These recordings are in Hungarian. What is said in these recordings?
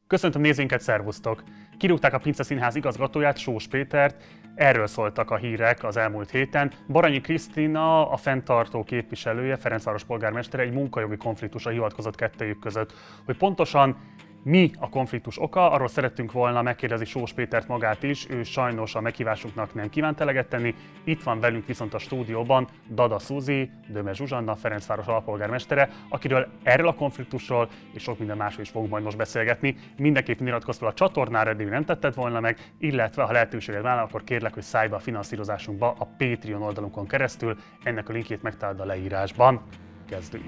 Köszöntöm nézőinket, szervusztok! Kirúgták a Pince Színház igazgatóját, Sós Pétert, erről szóltak a hírek az elmúlt héten. Baranyi Krisztina, a fenntartó képviselője, Ferencváros polgármestere egy munkajogi konfliktusra hivatkozott kettőjük között. Hogy pontosan mi a konfliktus oka, arról szerettünk volna megkérdezni Sós Pétert magát is, ő sajnos a meghívásunknak nem kívánt eleget tenni. Itt van velünk viszont a stúdióban Dada Szuzi, Döme Zsuzsanna, Ferencváros alpolgármestere, akiről erről a konfliktusról és sok minden másról is fogunk majd most beszélgetni. Mindenképpen iratkozz fel a csatornára, eddig nem tetted volna meg, illetve ha lehetőséged van, akkor kérlek, hogy szállj be a finanszírozásunkba a Patreon oldalunkon keresztül. Ennek a linkjét megtalálod a leírásban. Kezdünk!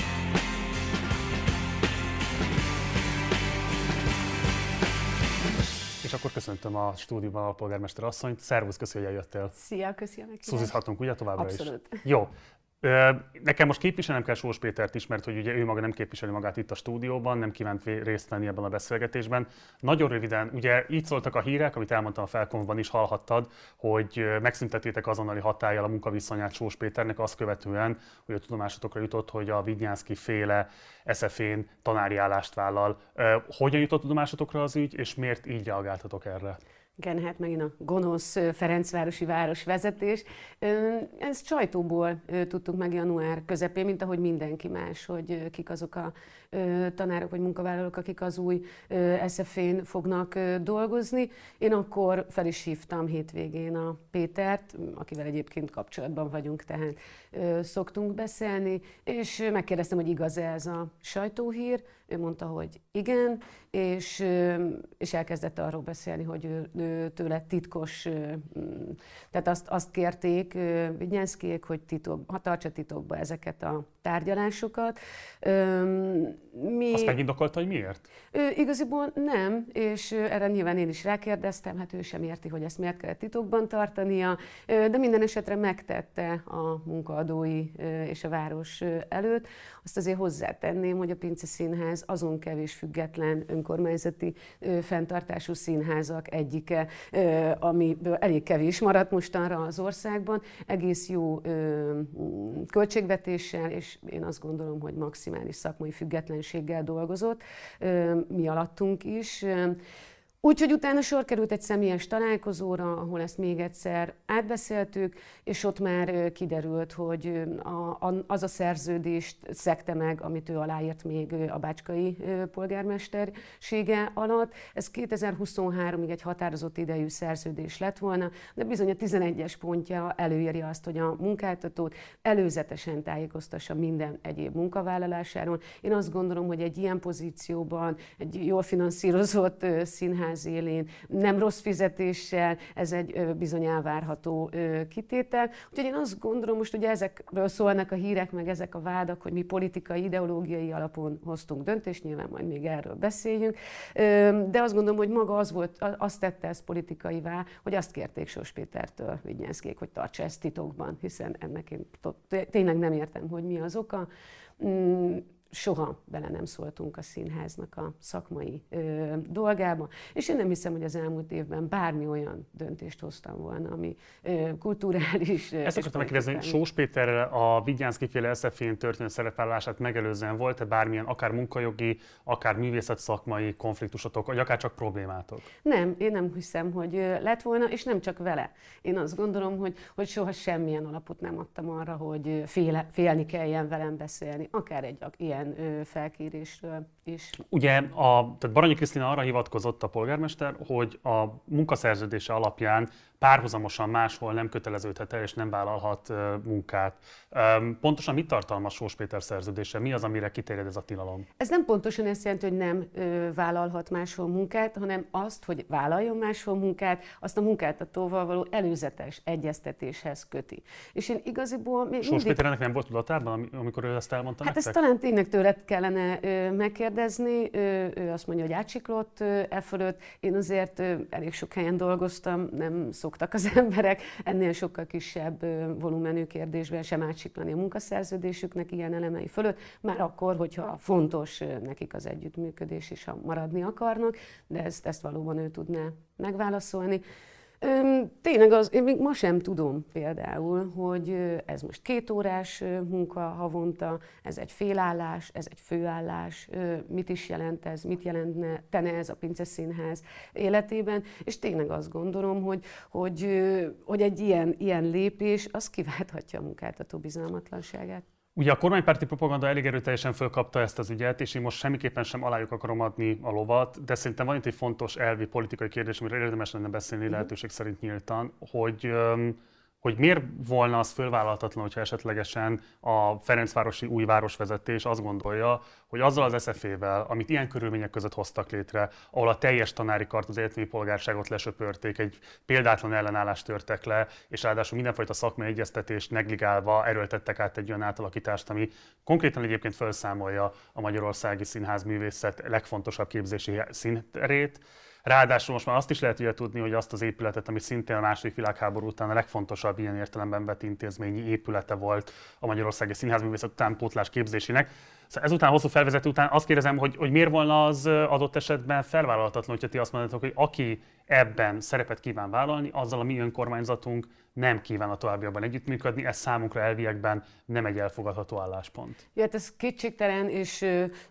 És akkor köszöntöm a stúdióban a polgármester asszonyt. Szervusz, köszi, hogy eljöttél. Szia, köszi a meghívást. Szuzizhatunk ugye továbbra Abszolút. is? Jó. Nekem most képviselnem kell Sós Pétert is, mert hogy ugye ő maga nem képviseli magát itt a stúdióban, nem kívánt részt venni ebben a beszélgetésben. Nagyon röviden, ugye így szóltak a hírek, amit elmondtam a felkonfban is, hallhattad, hogy megszüntetétek azonnali hatállyal a munkaviszonyát Sós Péternek azt követően, hogy a tudomásotokra jutott, hogy a Vidnyánszky féle SZF-én tanári állást vállal. Hogyan jutott tudomásotokra az ügy, és miért így reagáltatok erre? Igen, hát megint a gonosz ferencvárosi városvezetés. Ezt sajtóból tudtuk meg január közepén, mint ahogy mindenki más, hogy kik azok a tanárok vagy munkavállalók, akik az új SZF-én fognak dolgozni. Én akkor fel is hívtam hétvégén a Pétert, akivel egyébként kapcsolatban vagyunk, tehát szoktunk beszélni, és megkérdeztem, hogy igaz-e ez a sajtóhír. Ő mondta, hogy igen, és elkezdett arról beszélni, hogy ő tőle titkos, tehát azt kérték Vidnyánszkyék, hogy tartsa titokba ezeket a tárgyalásokat. Azt megindokolta, hogy miért? Igaziból nem, és erre nyilván én is rákérdeztem, hát ő sem érti, hogy ezt miért kell titokban tartania, de minden esetre megtette a munkaadói és a város előtt. Azt azért hozzátenném, hogy a Pince Színház azon kevés független önkormányzati fenntartású színházak egyike, amiből elég kevés maradt mostanra az országban, egész jó költségvetéssel, és én azt gondolom, hogy maximális szakmai függetlenséggel dolgozott, mi alattunk is. Úgyhogy utána sor került egy személyes találkozóra, ahol ezt még egyszer átbeszéltük, és ott már kiderült, hogy az a szerződést szegte meg, amit ő aláírt még a bácskai polgármestersége alatt. Ez 2023-ig egy határozott idejű szerződés lett volna, de bizony a 11-es pontja előírja azt, hogy a munkáltatót előzetesen tájékoztassa minden egyéb munkavállalásáról. Én azt gondolom, hogy egy ilyen pozícióban, egy jól finanszírozott színház élén, nem rossz fizetéssel, ez egy bizony elvárható kitétel. Úgyhogy én azt gondolom, most ugye ezekről szólnak a hírek, meg ezek a vádak, hogy mi politikai, ideológiai alapon hoztunk döntést, nyilván majd még erről beszéljünk, de azt gondolom, hogy maga azt tette ezt politikaivá, hogy azt kérték Sós Pétertől Vidnyánszkyék, hogy tartsa ezt titokban, hiszen ennek én tényleg nem értem, hogy mi az oka. Soha bele nem szóltunk a színháznak a szakmai dolgába, és én nem hiszem, hogy az elmúlt évben bármi olyan döntést hoztam volna, ami kulturális. Ezt akartam megkérdezni, Sós Péterrel a Vidnyánszky féle SZF-én történő szerepvállalását megelőzően volt-e bármilyen akár munkajogi, akár művészet-szakmai konfliktusotok, vagy akár csak problémátok? Nem, én nem hiszem, hogy lett volna, és nem csak vele. Én azt gondolom, hogy soha semmilyen alapot nem adtam arra, hogy félni kelljen velem beszélni, akár egy ilyen felkérésről is. Ugye tehát Baranyi Krisztina arra hivatkozott a polgármester, hogy a munkaszerződése alapján párhuzamosan máshol nem köteleződhet el és nem vállalhat munkát. Pontosan mit tartalmaz Sós Péter szerződése? Mi az, amire kiterjed ez a tilalom? Ez nem pontosan ezt jelenti, hogy nem vállalhat máshol munkát, hanem azt, hogy vállaljon máshol munkát, azt a munkáltatóval való előzetes egyeztetéshez köti. És én igaziból még Sós Péter ennek nem volt tudatában, amikor ő ezt elmondta nektek? Ezt talán tényleg tőled kellene megkérdezni. Ő azt mondja, hogy átsiklott fölött. Én azért elég sok helyen dolgoztam, nem szoktak az emberek ennél sokkal kisebb volumenű kérdésben sem átsiklani a munkaszerződésüknek ilyen elemei fölött, már akkor, hogyha fontos nekik az együttműködés és ha maradni akarnak, de ezt valóban ő tudná megválaszolni. Tényleg én még ma sem tudom például, hogy ez most 2 órás munka havonta, ez egy félállás, ez egy főállás, mit is jelent ez, mit jelentene ez a Pinceszínház életében, és tényleg azt gondolom, hogy egy ilyen lépés, az kiválthatja a munkáltató bizalmatlanságát. Ugye a kormánypárti propaganda elég erőteljesen fölkapta ezt az ügyet, és én most semmiképpen sem alájuk akarom adni a lovat, de szerintem van itt egy fontos elvi politikai kérdés, amiről érdemes lenne beszélni lehetőség szerint nyíltan, hogy miért volna az fölvállalhatatlan, hogyha esetlegesen a Ferencvárosi új városvezetés azt gondolja, hogy azzal az SZF-vel, amit ilyen körülmények között hoztak létre, ahol a teljes tanári kart, az egyetemi polgárságot lesöpörték, egy példátlan ellenállást törtek le, és ráadásul mindenfajta szakmai egyeztetést negligálva erőltettek át egy olyan átalakítást, ami konkrétan egyébként felszámolja a magyarországi színházművészet legfontosabb képzési színterét. Ráadásul most már azt is lehet ugye tudni, hogy azt az épületet, ami szintén a II. Világháború után a legfontosabb ilyen értelemben vett intézményi épülete volt a magyarországi színházművészet utánpótlás képzésének. Szóval ezután, hosszú felvezető után azt kérdezem, hogy miért volna az adott esetben felvállalhatatlan, hogyha ti azt mondjátok, hogy aki ebben szerepet kíván vállalni, azzal a mi önkormányzatunk nem kíván a továbbiakban együttműködni, ez számunkra elviekben nem egy elfogadható álláspont. Ja, hát ez kétségtelen, és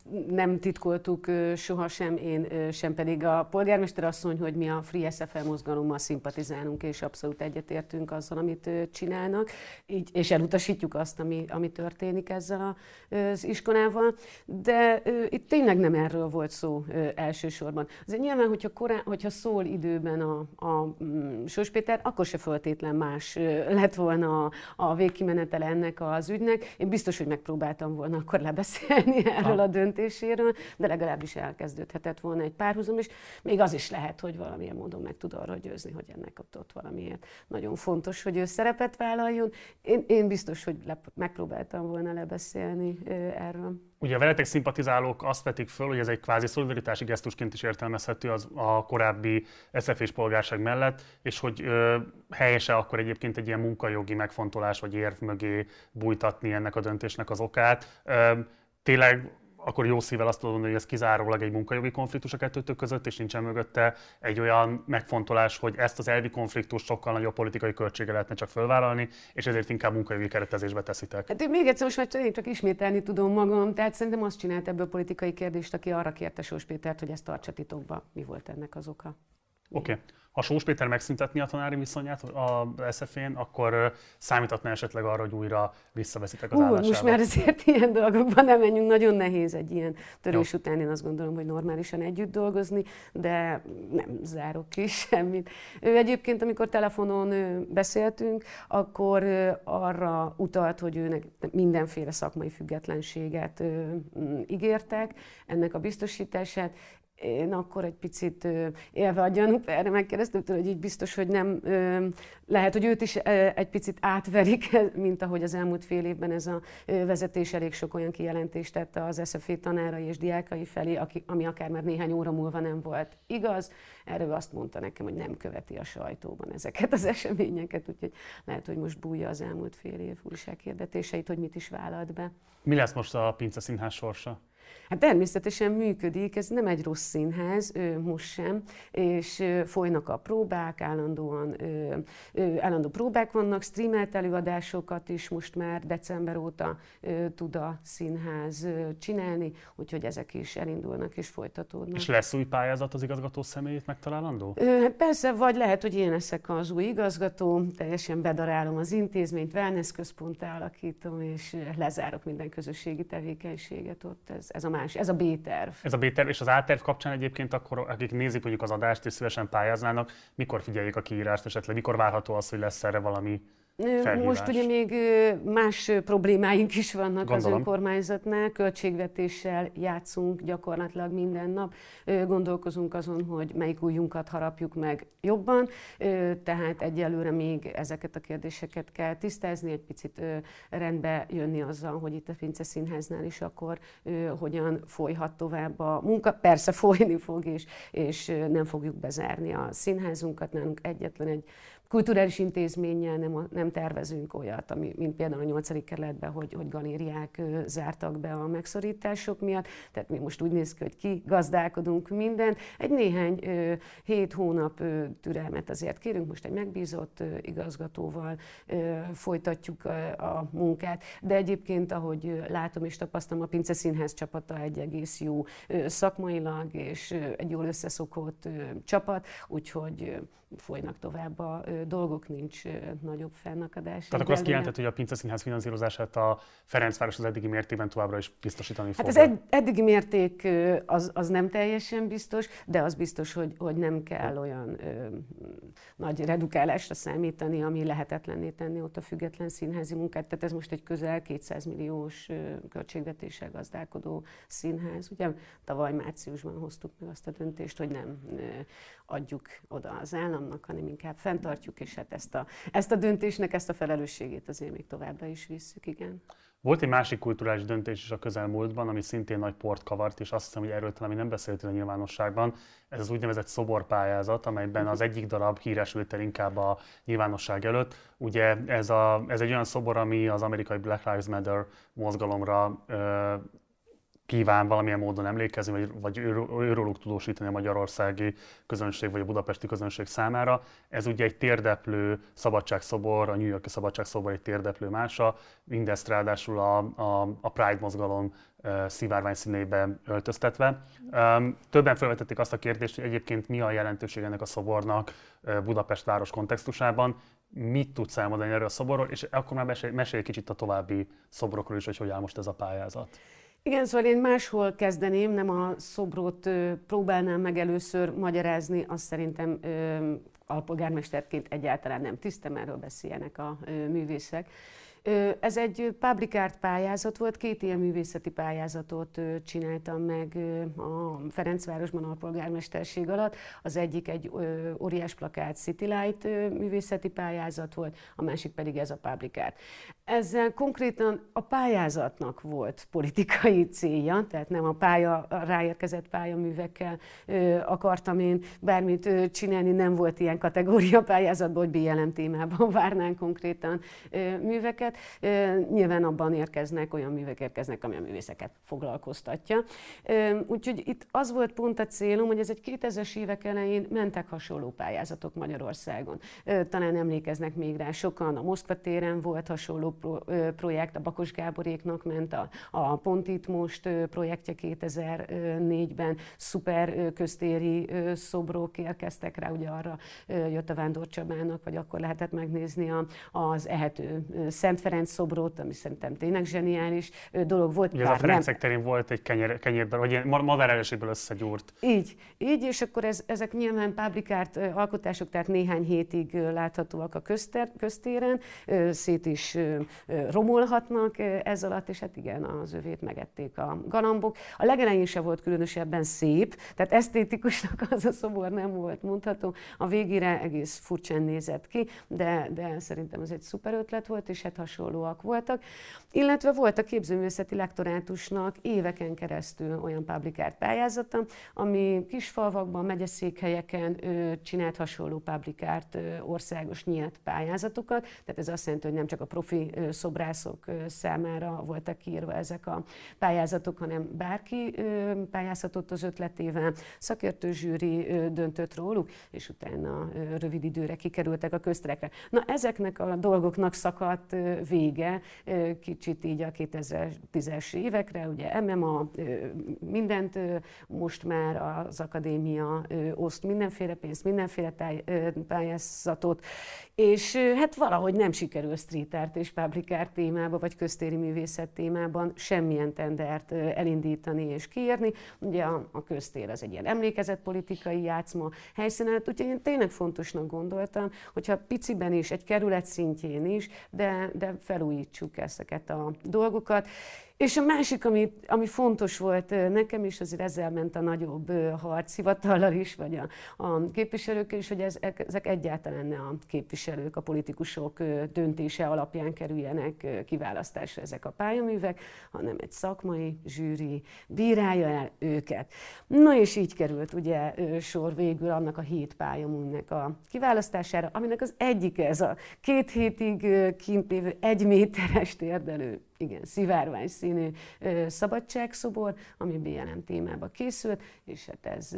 nem titkoltuk sohasem, én sem pedig a polgármester asszony, hogy mi a Free SFL mozgalommal szimpatizálunk, és abszolút egyetértünk azzal, amit csinálnak, így, és elutasítjuk azt, ami történik ezzel az iskolával, de itt tényleg nem erről volt szó elsősorban. Azért nyilván, hogyha szól időben a Sós Péter, akkor se feltétlen más lett volna a végkimenetele ennek az ügynek. Én biztos, hogy megpróbáltam volna akkor lebeszélni erről a döntéséről, de legalábbis elkezdődhetett volna egy párhuzam, és még az is lehet, hogy valamilyen módon meg tud arra győzni, hogy ennek ott valamiért nagyon fontos, hogy ő szerepet vállaljon. Én biztos, hogy megpróbáltam volna lebeszélni erről. Ugye a veletek szimpatizálók azt vetik föl, hogy ez egy kvázi szolidaritási gesztusként is értelmezhető a korábbi SZF-s polgárság mellett, és hogy helyese akkor egyébként egy ilyen munkajogi megfontolás vagy érv mögé bújtatni ennek a döntésnek az okát. Tényleg akkor jó szívvel azt tudom mondani, hogy ez kizárólag egy munkajogi konfliktus a kettőtök között, és nincsen mögötte egy olyan megfontolás, hogy ezt az elvi konfliktust sokkal nagyobb politikai költsége lehetne csak fölvállalni, és ezért inkább munkajogi keretezésbe teszitek. Hát én még egyszer most már csak ismételni tudom magam, tehát szerintem azt csinált ebből politikai kérdést, aki arra kérte Sós Pétert, hogy ezt tartsa titokba. Mi volt ennek az oka? Oké. Ha Sós Péter megszüntetni a tanári viszonyát az SZF-én, akkor számíthatna esetleg arra, hogy újra visszaveszitek az állásába? Most már azért ilyen dolgokban nem menjünk, nagyon nehéz egy ilyen törés után, én azt gondolom, hogy normálisan együtt dolgozni, de nem zárok ki semmit. Ő egyébként, amikor telefonon beszéltünk, akkor arra utalt, hogy őnek mindenféle szakmai függetlenséget ígértek, ennek a biztosítását. Én akkor egy picit élve a gyanút, erre megkérdeztem tőle, hogy így biztos, hogy nem, lehet, hogy őt is egy picit átverik, mint ahogy az elmúlt fél évben ez a vezetés elég sok olyan kijelentést tette az SZF tanárai és diákai felé, ami akár már néhány óra múlva nem volt igaz. Erről azt mondta nekem, hogy nem követi a sajtóban ezeket az eseményeket, úgyhogy lehet, hogy most bújja az elmúlt fél év újsághirdetéseit, hogy mit is vállalt be. Mi lesz most a Pinceszínház sorsa? Hát természetesen működik, ez nem egy rossz színház, most sem, és folynak a próbák, állandó próbák vannak, streamelt előadásokat is most már december óta tud a színház csinálni, úgyhogy ezek is elindulnak és folytatódnak. És lesz új pályázat az igazgató személyét megtalálandó? Hát persze, vagy lehet, hogy én leszek az új igazgató, teljesen bedarálom az intézményt, wellness központtá alakítom, és lezárok minden közösségi tevékenységet ott. Ez a B-terv. Ez a B-terv, és az A-terv kapcsán egyébként akkor, akik nézik mondjuk az adást és szívesen pályáznának, mikor figyeljék a kiírást esetleg, mikor várható az, hogy lesz erre valami felhívás? Most ugye még más problémáink is vannak. Gondolom. Az önkormányzatnál, költségvetéssel játszunk gyakorlatilag minden nap, gondolkozunk azon, hogy melyik ujjunkat harapjuk meg jobban, tehát egyelőre még ezeket a kérdéseket kell tisztázni, egy picit rendbe jönni azzal, hogy itt a Pinceszínháznál is akkor hogyan folyhat tovább a munka. Persze folyni fog, és nem fogjuk bezárni a színházunkat, nálunk egyetlen egy kulturális intézménnyel nem tervezünk olyat, mint például a 8. kerületben, hogy galériák zártak be a megszorítások miatt. Tehát mi most úgy néz ki, hogy kigazdálkodunk mindent. Egy néhány 7 hónap türelmet azért kérünk, most egy megbízott igazgatóval folytatjuk a munkát, de egyébként, ahogy látom és tapasztalom, a Pince Színház csapata egy egész jó szakmailag és egy jól összeszokott csapat, úgyhogy folynak tovább a dolgok, nincs nagyobb fennakadás. Tehát akkor azt kijelentett, hogy a Pince Színház finanszírozását a Ferencváros az eddigi mértékben továbbra is biztosítani fogja? Hát az eddigi mérték az nem teljesen biztos, de az biztos, hogy nem kell olyan nagy redukálásra számítani, ami lehetetlenné tenni ott a független színházi munkát. Tehát ez most egy közel 200 milliós költségvetéssel gazdálkodó színház. Ugye tavaly márciusban hoztuk meg azt a döntést, hogy nem adjuk oda az államnak, hanem inkább fenntartjuk, és hát ezt a döntésnek, ezt a felelősségét azért még továbbra is visszük, igen. Volt egy másik kulturális döntés is a közelmúltban, ami szintén nagy port kavart, és azt hiszem, hogy erről talán nem beszéltél a nyilvánosságban. Ez az úgynevezett szoborpályázat, amelyben az egyik darab híresült el inkább a nyilvánosság előtt. Ugye ez egy olyan szobor, ami az amerikai Black Lives Matter mozgalomra kíván valamilyen módon emlékezni, vagy őróluk tudósítani a magyarországi közönség, vagy a budapesti közönség számára. Ez ugye egy térdeplő szabadságszobor, a New York-i szabadságszobor egy térdeplő mása, mindezt ráadásul a Pride mozgalom szivárvány színébe öltöztetve. Többen felvetették azt a kérdést, hogy egyébként mi a jelentőség ennek a szobornak Budapest város kontextusában. Mit tudsz elmondani erről a szoborról, és akkor már mesélj kicsit a további szobrokról is, hogy áll most ez a pályázat. Igen, szóval én máshol kezdeném, nem a szobrot próbálnám meg először magyarázni, azt szerintem alpolgármesterként egyáltalán nem tisztem, erről beszéljenek a művészek. Ez egy public art pályázat volt, 2 ilyen művészeti pályázatot csináltam meg a Ferencvárosban alpolgármesterség alatt. Az egyik egy óriás plakát City Light művészeti pályázat volt, a másik pedig ez a public art. Ezzel konkrétan a pályázatnak volt politikai célja, tehát nem a ráérkezett pályaművekkel akartam én bármit csinálni, nem volt ilyen kategória pályázatban, hogy BLM témában várnánk konkrétan műveket. Nyilván abban olyan művek érkeznek, ami a művészeket foglalkoztatja. Úgyhogy itt az volt pont a célom, hogy ez egy 2000-es évek elején mentek hasonló pályázatok Magyarországon. Talán emlékeznek még rá sokan, a Moszkva téren volt hasonló projekt, a Bakos Gáboréknak ment a Pont itt most projektje 2004-ben, szuper köztéri szobrok érkeztek rá, ugye arra jött a Vándor Csabának, vagy akkor lehetett megnézni az ehető Szent Ferenc szobrot, ami szerintem tényleg zseniális dolog volt. Ugye ez a Ferencek terén volt egy kenyérben, vagy ilyen madárelőségből összegyúrt. Így, és akkor ezek nyilván public art alkotások, tehát néhány hétig láthatóak a köztéren, szét is romolhatnak ez alatt, és hát igen, az övét megették a galambok. A legelején se volt különösebben szép, tehát esztétikusnak az a szobor nem volt mondható. A végére egész furcsán nézett ki, de szerintem ez egy szuper ötlet volt, és hát hasonlóak voltak. Illetve volt a képzőművészeti lektorátusnak éveken keresztül olyan public art pályázata, ami kisfalvakban, megyeszékhelyeken csinált hasonló public art országos nyílt pályázatokat. Tehát ez azt jelenti, hogy nem csak a profi szobrászok számára voltak kiírva ezek a pályázatok, hanem bárki pályázhatott az ötletével, szakértő zsűri döntött róluk, és utána rövid időre kikerültek a közterekre. Na, ezeknek a dolgoknak szakadt vége kicsit így a 2010-es évekre, ugye MMA, mindent most már az akadémia oszt, mindenféle pénzt, mindenféle pályázatot, és hát valahogy nem sikerül street art és public art témába, vagy köztéri művészet témában semmilyen tendert elindítani és kiírni. Ugye a köztér az egy ilyen emlékezetpolitikai játszma helyszínen, úgyhogy én tényleg fontosnak gondoltam, hogyha piciben is, egy kerület szintjén is, de felújítsuk ezeket a dolgokat. És a másik, ami fontos volt nekem, és azért ezzel ment a nagyobb harc hivatallal is, vagy a képviselőkkel is, hogy ezek egyáltalán ne a képviselők, a politikusok döntése alapján kerüljenek kiválasztásra ezek a pályaművek, hanem egy szakmai zsűri bírálja el őket. Na és így került ugye sor végül annak a 7 pályaműnek a kiválasztására, aminek az egyik ez a 2 hétig kint lévő 1 méteres térdelő, igen, szivárvány színű szabadságszobor, ami BLM témába készült, és hát ez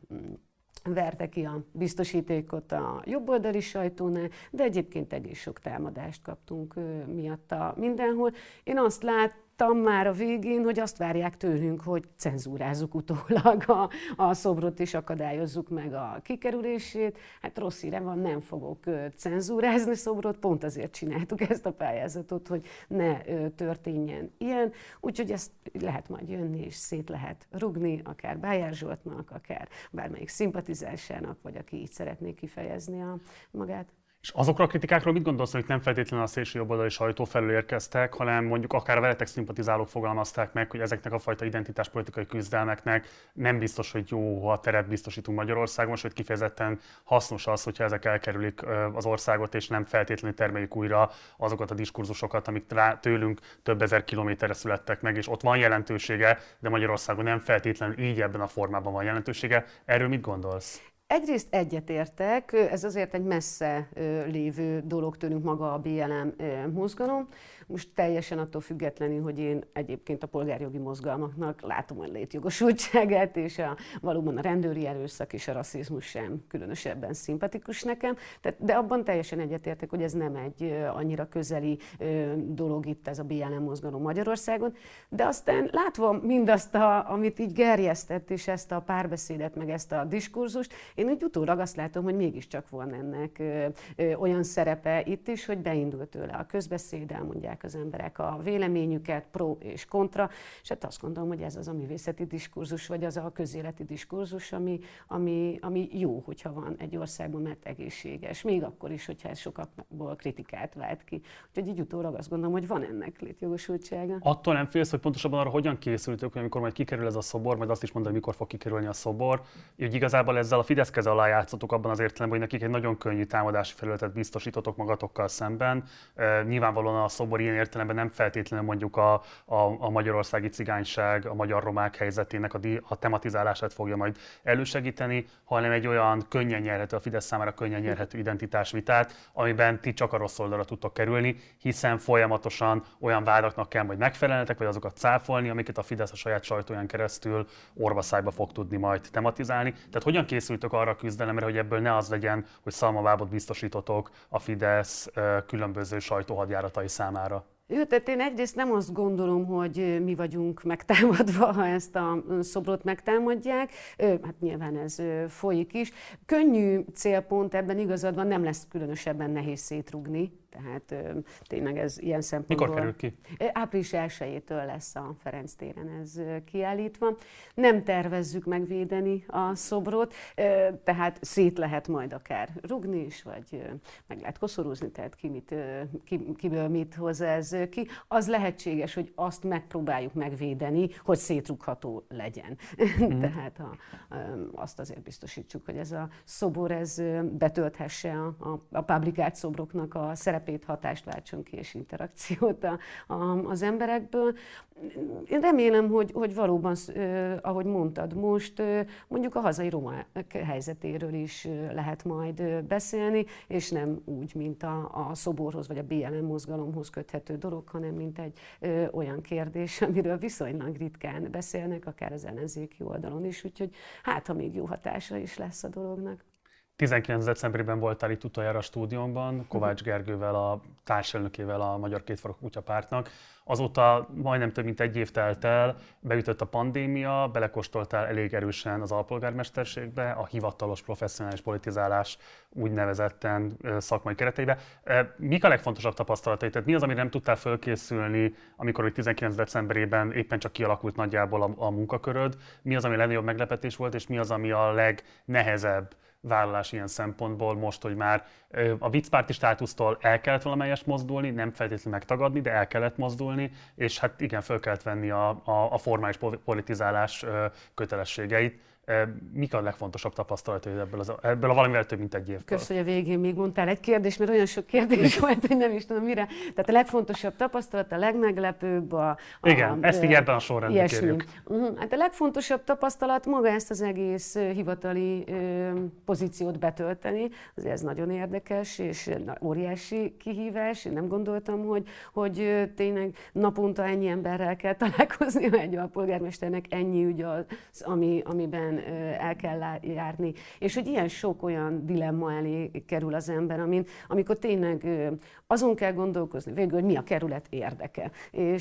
verte ki a biztosítékot a jobboldali sajtónál, de egyébként egész sok támadást kaptunk miatta mindenhol. Én azt láttam már a végén, hogy azt várják tőlünk, hogy cenzúrázzuk utólag a szobrot és akadályozzuk meg a kikerülését. Hát rossz hírem van, nem fogok cenzúrázni szobrot, pont azért csináltuk ezt a pályázatot, hogy ne történjen ilyen. Úgyhogy ezt lehet majd jönni és szét lehet rugni, akár Bájár Zsoltnak, akár bármelyik szimpatizánsának, vagy aki így szeretné kifejezni magát. És azokra a kritikákról mit gondolsz, hogy nem feltétlenül a szélsőjobboldali sajtó felől érkeztek, hanem mondjuk akár a veletek szimpatizálók fogalmazták meg, hogy ezeknek a fajta identitáspolitikai küzdelmeknek nem biztos, hogy jó, ha teret biztosítunk Magyarországon, sőt kifejezetten hasznos az, hogyha ezek elkerülik az országot, és nem feltétlenül termeljük újra azokat a diskurzusokat, amik tőlünk több ezer kilométerre születtek meg, és ott van jelentősége, de Magyarországon nem feltétlenül így ebben a formában van jelentősége. Erről mit gondolsz? Egyrészt egyetértek, ez azért egy messze lévő dolog tőlünk maga a BLM mozgalom. Most teljesen attól függetlenül, hogy én egyébként a polgárjogi mozgalmaknak látom a létjogosultságát, és valóban a rendőri erőszak és a rasszizmus sem különösebben szimpatikus nekem. De abban teljesen egyetértek, hogy ez nem egy annyira közeli dolog itt ez a BLM mozgalom Magyarországon. De aztán látva mindazt, amit így gerjesztett, és ezt a párbeszédet, meg ezt a diskurzust, én úgy utólag azt látom, hogy mégiscsak van ennek olyan szerepe itt is, hogy beindult tőle a közbeszéd, elmondják az emberek a véleményüket, pro és kontra, és hát azt gondolom, hogy ez az a művészeti diskurzus, vagy az a közéleti diskurzus, ami jó, hogyha van egy országban, mert egészséges, még akkor is, hogyha ez sokakból kritikát vált ki. Úgyhogy így utólag azt gondolom, hogy van ennek létjogosultsága. Attól nem félsz, hogy pontosabban arra hogyan készültök, hogy amikor majd kikerül ez a szobor, majd azt is mondod, hogy mikor fog kikerülni a szobor, hogy igazából ezzel a Fidesz keze alá játszotok abban az értelemben, hogy nekik egy nagyon könnyű támadási felületet biztosítotok magatokkal szemben. Nyilvánvalóan a szobor ilyen értelemben nem feltétlenül mondjuk a magyarországi cigányság, a magyar romák helyzetének a tematizálását fogja majd elősegíteni, hanem egy olyan könnyen nyerhető, a Fidesz számára könnyen nyerhető identitásvitát, amiben ti csak a rossz oldalra tudtok kerülni, hiszen folyamatosan olyan vádaknak kell majd megfelelnetek, vagy azokat cáfolni, amiket a Fidesz a saját sajtóján keresztül orvaszájba fog tudni majd tematizálni. Tehát hogyan készültök arra a küzdelemre, hogy ebből ne az legyen, hogy szalmavábot biztosítotok a Fidesz különböző sajtóhadjáratai számára? Jó, tehát én egyrészt nem azt gondolom, hogy mi vagyunk megtámadva, ha ezt a szobrot megtámadják. Hát nyilván ez folyik is. Könnyű célpont, ebben igazad van, nem lesz különösebben nehéz szétrugni. Tehát tényleg ez ilyen szempontból... Mikor kerül ki? Április 1-től lesz a Ferenc téren ez kiállítva. Nem tervezzük megvédeni a szobrot, tehát szét lehet majd akár rugni is, vagy meg lehet koszorúzni, tehát kiből mit hoz ez ki. Az lehetséges, hogy azt megpróbáljuk megvédeni, hogy szétrugható legyen. Tehát azt azért biztosítsuk, hogy ez a szobor ez betölthesse a publikált szobroknak a szerepét, hatást váltson ki és interakciót az emberekből. Én remélem, hogy valóban, ahogy mondtad most, mondjuk a hazai romák helyzetéről is lehet majd beszélni, és nem úgy, mint a szoborhoz vagy a BLM mozgalomhoz köthető dolog, hanem mint egy olyan kérdés, amiről viszonylag ritkán beszélnek, akár az ellenzéki oldalon is, úgyhogy hát, ha még jó hatása is lesz a dolognak. 19. decemberében voltál itt utoljára a stúdiómban, Kovács Gergővel, a társelnökével a Magyar Kétfarkú Kutyapártnak. Azóta majdnem több mint egy év telt el, beütött a pandémia, belekóstoltál elég erősen az alpolgármesterségbe, a hivatalos professzionális politizálás úgynevezetten szakmai kereteibe. Mik a legfontosabb tapasztalataid? Tehát mi az, amire nem tudtál fölkészülni, amikor 19. decemberében éppen csak kialakult nagyjából a munkaköröd? Mi az, ami a legnagyobb meglepetés volt, és mi az, ami a legnehezebb vállalás ilyen szempontból most, hogy már a viccpárti státusztól el kellett valamelyest mozdulni, nem feltétlenül megtagadni, de el kellett mozdulni, és hát igen, föl kellett venni a formális politizálás kötelességeit. Mik a legfontosabb tapasztalatai ebből a valamivel több mint egy évből? Köszönöm, hogy a végén még mondtál egy kérdést, mert olyan sok kérdés volt, hogy nem is tudom mire. Tehát a legfontosabb tapasztalat, a legmeglepőbb igen, ezt így ebben a sorrendben kérjük. Hát a legfontosabb tapasztalat maga ezt az egész hivatali pozíciót betölteni. Azért ez nagyon érdekes és óriási kihívás. Én nem gondoltam, hogy tényleg naponta ennyi emberrel kell találkozni, egy alpolgármesternek ennyi ügy az, amiben el kell járni. És hogy ilyen sok olyan dilemma elé kerül az ember, amikor tényleg azon kell gondolkozni végül, hogy mi a kerület érdeke,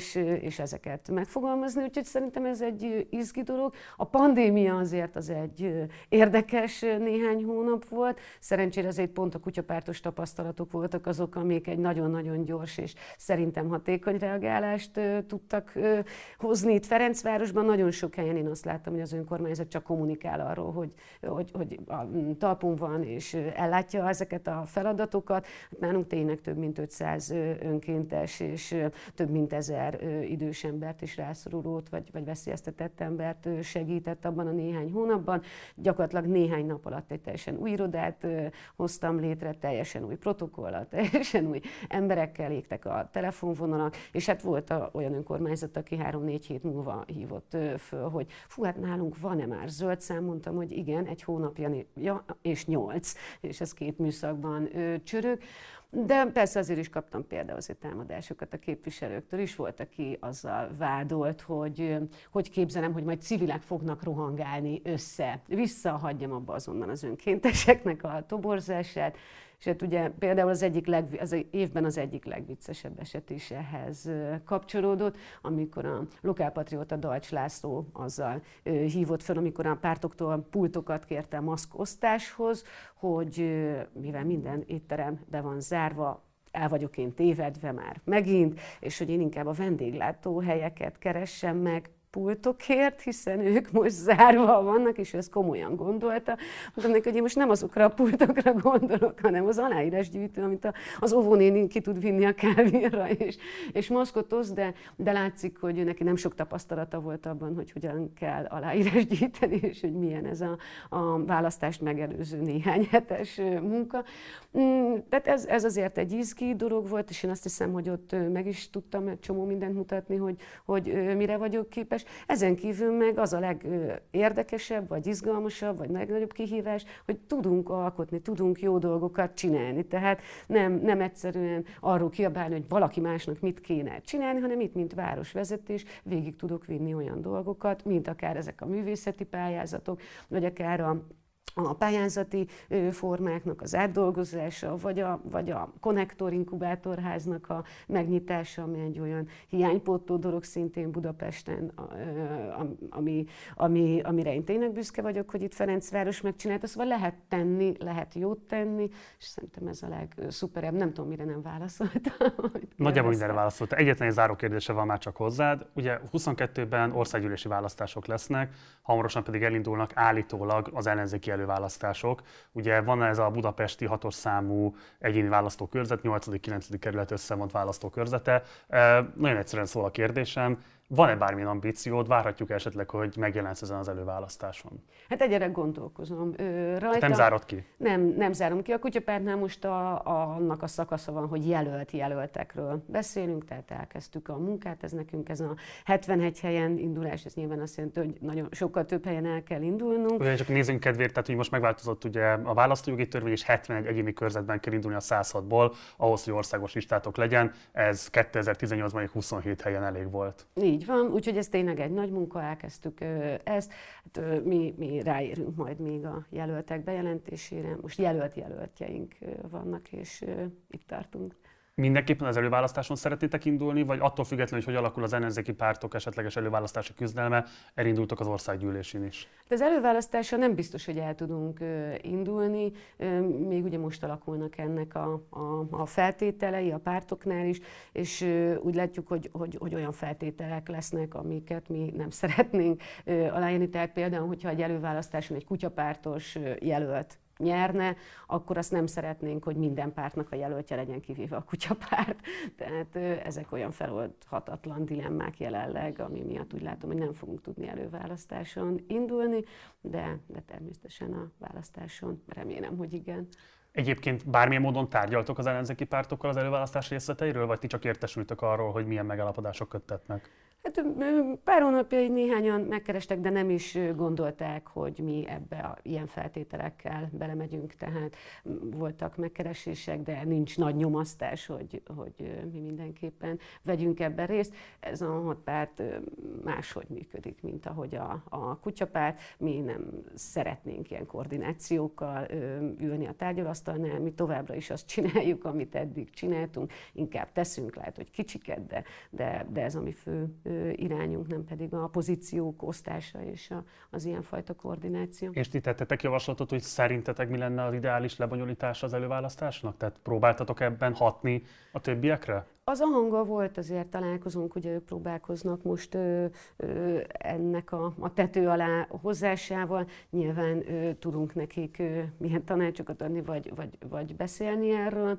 és ezeket megfogalmazni. Úgyhogy szerintem ez egy izgi dolog. A pandémia azért az egy érdekes néhány hónap volt. Szerencsére azért pont a kutyapártos tapasztalatok voltak azok, amik egy nagyon-nagyon gyors és szerintem hatékony reagálást tudtak hozni. Itt Ferencvárosban nagyon sok helyen én azt láttam, hogy az önkormányzat csak kommunikál arról, hogy a talpon van és ellátja ezeket a feladatokat. Hát nálunk tényleg több mint 500 önkéntes és több mint 1000 idős embert és rászorulót vagy veszélyeztetett embert segített abban a néhány hónapban. Gyakorlatilag néhány nap alatt egy teljesen új irodát hoztam létre, teljesen új protokollat, teljesen új emberekkel égtek a telefonvonalak, és hát volt olyan önkormányzat, aki 3-4 hét múlva hívott föl, hogy fú, hát nálunk van-e már zöld szám? Mondtam, hogy igen, egy hónapja, és 8, és ez 2 műszakban csörög. De persze azért is kaptam például azért támadásokat a képviselőktől is. Volt, aki azzal vádolt, hogy képzelem, hogy majd civilek fognak rohangálni össze. Visszahagyjam abba azonnal az önkénteseknek a toborzását. És hát ugye például az évben az egyik legviccesebb eset is ehhez kapcsolódott, amikor a lokálpatrióta Dalcs László azzal hívott fel, amikor a pártoktól pultokat kérte a maszkosztáshoz, hogy mivel minden étterem be van zárva, el vagyok én tévedve már megint, és hogy én inkább a vendéglátóhelyeket keressem meg pultokért, hiszen ők most zárva vannak, és ő ezt komolyan gondolta. Mondtam neki, hogy én most nem azokra a pultokra gondolok, hanem az aláírásgyűjtő, amit az óvónéni ki tud vinni a kávéra, és maszkot osz, de látszik, hogy neki nem sok tapasztalata volt abban, hogy hogyan kell aláírás gyűjteni, és hogy milyen ez a választást megelőző néhány hetes munka. Tehát ez azért egy izgi dolog volt, és én azt hiszem, hogy ott meg is tudtam egy csomó mindent mutatni, hogy mire vagyok képes. Ezen kívül meg az a legérdekesebb, vagy izgalmasabb, vagy legnagyobb kihívás, hogy tudunk alkotni, tudunk jó dolgokat csinálni. Tehát nem egyszerűen arról kiabálni, hogy valaki másnak mit kéne csinálni, hanem itt, mint városvezetés, végig tudok vinni olyan dolgokat, mint akár ezek a művészeti pályázatok, vagy akár a pályázati formáknak az átdolgozása, vagy a Konnektor inkubátorháznak a megnyitása, ami egy olyan hiánypótló dolog szintén Budapesten, amire én tényleg büszke vagyok, hogy itt Ferencváros megcsinálta. Szóval lehet tenni, lehet jót tenni, és szerintem ez a legszuperebb. Nem tudom, mire nem válaszoltam. Nagyjából mindenre válaszoltam. Egyetlen egy záró kérdése van már csak hozzád. Ugye 22-ben országgyűlési választások lesznek, hamarosan pedig elindulnak állítólag az ellenzéki előválasztások. Ugye van ez a budapesti 6-os számú egyéni választókörzet, 8.-9. kerület összevont választókörzete. Nagyon egyszerűen szól a kérdésem, van-e bármilyen ambíciód, várhatjuk esetleg, hogy megjelensz ezen az előválasztáson? Hát egyre gondolkozom rajta. Nem zárod ki? Nem zárom ki. A kutyapártnál most annak a szakasza van, hogy jelöltekről beszélünk, tehát elkezdtük a munkát, ez a 71 helyen indulás, ez nyilván azt jelenti, hogy nagyon sokkal több helyen el kell indulnunk. Ugye csak nézzünk kedvéért, tehát hogy most megváltozott ugye a választójogi törvény, és 71 egyéni körzetben kell indulni a 106-ból, ahhoz, hogy országos listátok legyen. Ez 2018-ban 27 helyen elég volt. Így van, úgyhogy ez tényleg egy nagy munka, elkezdtük ezt. Hát, mi ráérünk majd még a jelöltek bejelentésére. Most jelöltjeink vannak, és itt tartunk. Mindenképpen az előválasztáson szeretnétek indulni, vagy attól függetlenül, hogy alakul az ellenzéki pártok esetleges előválasztási küzdelme, elindultok az országgyűlésén is? Az előválasztásra nem biztos, hogy el tudunk indulni, még ugye most alakulnak ennek a feltételei a pártoknál is, és úgy látjuk, hogy olyan feltételek lesznek, amiket mi nem szeretnénk aláírni. Tehát például, hogyha egy előválasztáson egy kutyapártos jelölt nyerne, akkor azt nem szeretnénk, hogy minden pártnak a jelöltje legyen, kivéve a kutyapárt. Tehát ezek olyan feloldhatatlan dilemmák jelenleg, ami miatt úgy látom, hogy nem fogunk tudni előválasztáson indulni, de természetesen a választáson remélem, hogy igen. Egyébként bármilyen módon tárgyaltok az ellenzéki pártokkal az előválasztás részleteiről, vagy ti csak értesültök arról, hogy milyen megállapodások köttetnek? Hát pár hónapja néhányan megkerestek, de nem is gondolták, hogy mi ebbe ilyen feltételekkel belemegyünk, tehát voltak megkeresések, de nincs nagy nyomasztás, hogy mi mindenképpen vegyünk ebben részt. Ez a 6 párt máshogy működik, mint ahogy a kutyapárt. Mi nem szeretnénk ilyen koordinációkkal ülni a tárgyalóasztalnál, mi továbbra is azt csináljuk, amit eddig csináltunk, inkább teszünk, lehet, hogy kicsiket, de ez a mi fő irányunk, nem pedig a pozíciók osztása és az ilyenfajta koordináció. És ti tettetek javaslatot, hogy szerintetek mi lenne az ideális lebonyolítása az előválasztásnak? Tehát próbáltatok ebben hatni a többiekre? Az a hanggal volt, azért találkozunk, ugye ők próbálkoznak most ennek a tető alá hozzásával. Nyilván tudunk nekik milyen tanácsokat adni, vagy beszélni erről,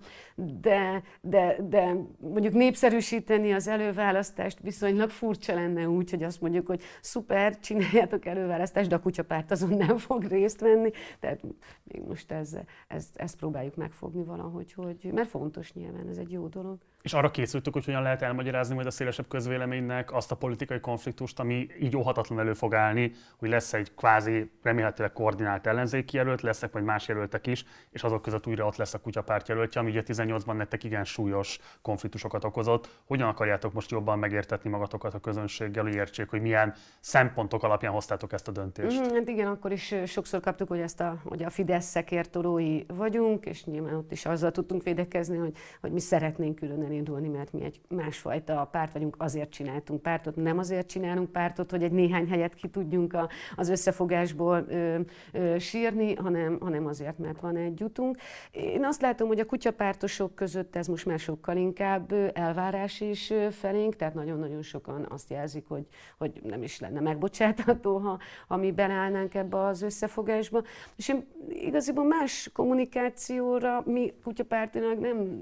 de mondjuk népszerűsíteni az előválasztást viszonylag furcsa lenne úgy, hogy azt mondjuk, hogy szuper, csináljátok előválasztást, de a kutyapárt azon nem fog részt venni. Tehát még most ezt próbáljuk megfogni valahogy, mert fontos nyilván, ez egy jó dolog. És arra készültük, hogy hogyan lehet elmagyarázni majd a szélesebb közvéleménynek azt a politikai konfliktust, ami így óhatatlan elő fog állni, hogy lesz egy kvázi remélhetőleg koordinált ellenzéki jelölt, lesznek majd más jelöltek is, és azok között újra ott lesz a kutyapárt jelöltje, ami ugye 18-ban nektek igen súlyos konfliktusokat okozott. Hogyan akarjátok most jobban megértetni magatokat a közönséggel, hogy értsék, hogy milyen szempontok alapján hoztátok ezt a döntést? Hát igen, akkor is sokszor kaptuk, hogy a Fidesz szekértolói vagyunk, és nyilván ott is azzal tudtunk védekezni, hogy mi szeretnénk külön indulni, mert mi egy másfajta párt vagyunk, azért csináltunk pártot, nem azért csinálunk pártot, hogy egy néhány helyet ki tudjunk az összefogásból sírni, hanem azért, mert van egy utunk. Én azt látom, hogy a kutyapártosok között ez most már sokkal inkább elvárás is felénk, tehát nagyon-nagyon sokan azt jelzik, hogy nem is lenne megbocsátható, ha mi beleállnánk ebbe az összefogásba. És én igaziból más kommunikációra mi kutyapártinak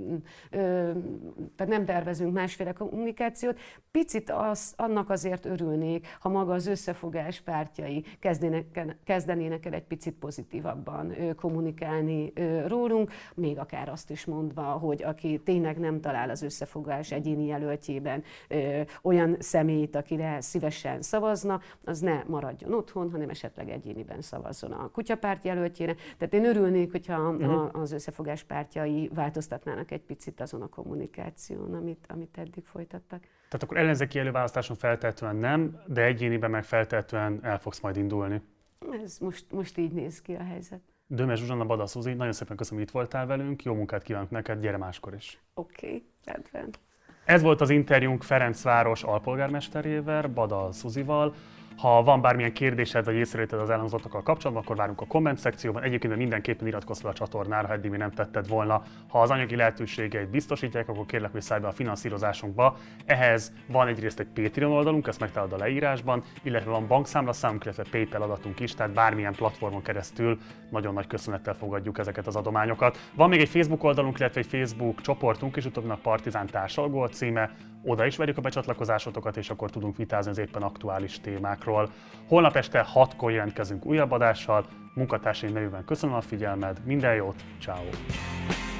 tehát nem tervezünk másféle kommunikációt. Picit annak azért örülnék, ha maga az összefogás pártjai kezdenének el egy picit pozitívabban kommunikálni rólunk, még akár azt is mondva, hogy aki tényleg nem talál az összefogás egyéni jelöltjében olyan személyt, akire szívesen szavazna, az ne maradjon otthon, hanem esetleg egyéniben szavazzon a kutyapárt jelöltjére. Tehát én örülnék, hogyha az összefogás pártjai változtatnának egy picit azon a kommunikáción, amit eddig folytattak. Tehát akkor ellenzéki előválasztáson feltehetően nem, de egyéniben meg feltehetően el fogsz majd indulni. Ez most így néz ki a helyzet. Döme Zsuzsanna, Bada Szuzi, nagyon szépen köszönöm, hogy itt voltál velünk, jó munkát kívánok neked, gyere máskor is. Oké, rendben. Ez volt az interjúnk Ferencváros alpolgármesterével, Bada Szuzival. Ha van bármilyen kérdésed vagy észrevételed az elhangzottakkal kapcsolatban, akkor várunk a komment szekcióban. Egyébként mindenképpen iratkozz fel a csatornára, ha eddig még nem tetted volna. Ha az anyagi lehetőségeit biztosítják, akkor kérlek, hogy szállj be a finanszírozásunkba. Ehhez van egyrészt egy Patreon oldalunk, ezt megtalálod a leírásban, illetve van bankszámlaszámunk, illetve PayPal adatunk is, tehát bármilyen platformon keresztül nagyon nagy köszönettel fogadjuk ezeket az adományokat. Van még egy Facebook oldalunk, illetve egy Facebook csoportunk is, utóbbinak Partizán Társalgó a címe. Oda is várjuk a becsatlakozásotokat, és akkor tudunk vitázni az éppen aktuális témákról. Holnap este 6-kor jelentkezünk újabb adással. Munkatársaim nevében köszönöm a figyelmed, minden jót, ciao.